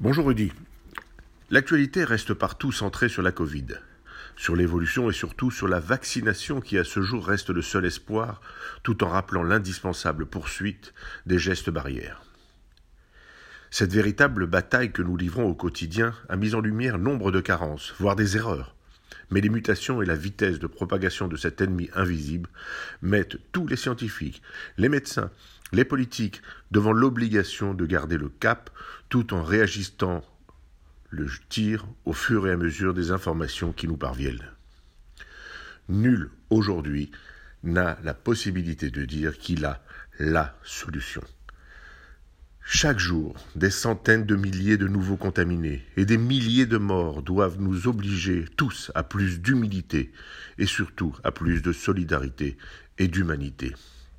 Bonjour Rudy. L'actualité reste partout centrée sur la Covid, sur l'évolution et surtout sur la vaccination qui à ce jour reste le seul espoir, tout en rappelant l'indispensable poursuite des gestes barrières. Cette véritable bataille que nous livrons au quotidien a mis en lumière nombre de carences, voire des erreurs. Mais les mutations et la vitesse de propagation de cet ennemi invisible mettent tous les scientifiques, les médecins, les politiques devant l'obligation de garder le cap tout en réajustant le tir au fur et à mesure des informations qui nous parviennent. Nul aujourd'hui n'a la possibilité de dire qu'il a la solution. Chaque jour, des centaines de milliers de nouveaux contaminés et des milliers de morts doivent nous obliger tous à plus d'humilité et surtout à plus de solidarité et d'humanité.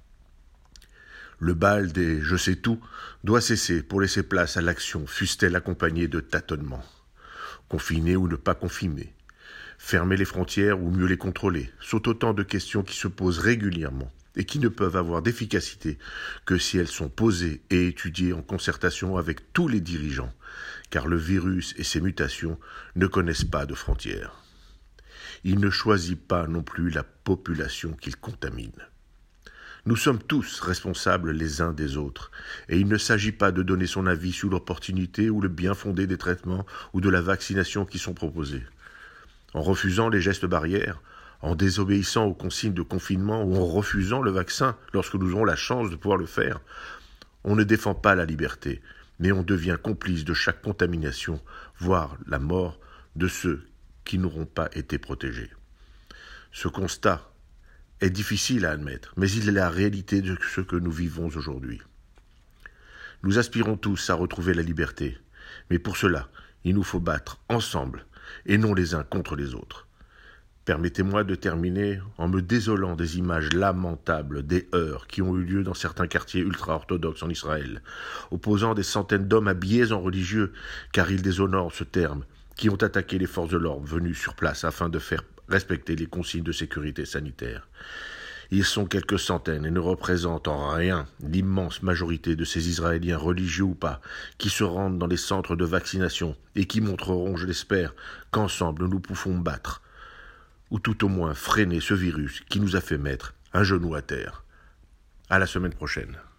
Le bal des « je sais tout » doit cesser pour laisser place à l'action, fût-elle accompagnée de tâtonnements. Confiner ou ne pas confiner, fermer les frontières ou mieux les contrôler, sont autant de questions qui se posent régulièrement et qui ne peuvent avoir d'efficacité que si elles sont posées et étudiées en concertation avec tous les dirigeants, car le virus et ses mutations ne connaissent pas de frontières. Il ne choisit pas non plus la population qu'il contamine. Nous sommes tous responsables les uns des autres, et il ne s'agit pas de donner son avis sur l'opportunité ou le bien fondé des traitements ou de la vaccination qui sont proposés. En refusant les gestes barrières, en désobéissant aux consignes de confinement ou en refusant le vaccin lorsque nous aurons la chance de pouvoir le faire, on ne défend pas la liberté, mais on devient complice de chaque contamination, voire la mort de ceux qui n'auront pas été protégés. Ce constat est difficile à admettre, mais il est la réalité de ce que nous vivons aujourd'hui. Nous aspirons tous à retrouver la liberté, mais pour cela, il nous faut battre ensemble et non les uns contre les autres. Permettez-moi de terminer en me désolant des images lamentables des heurts qui ont eu lieu dans certains quartiers ultra-orthodoxes en Israël, opposant des centaines d'hommes habillés en religieux, car ils déshonorent ce terme, qui ont attaqué les forces de l'ordre venues sur place afin de faire respecter les consignes de sécurité sanitaire. Ils sont quelques centaines et ne représentent en rien l'immense majorité de ces Israéliens religieux ou pas, qui se rendent dans les centres de vaccination et qui montreront, je l'espère, qu'ensemble nous pouvons battre, ou tout au moins freiner ce virus qui nous a fait mettre un genou à terre. À la semaine prochaine.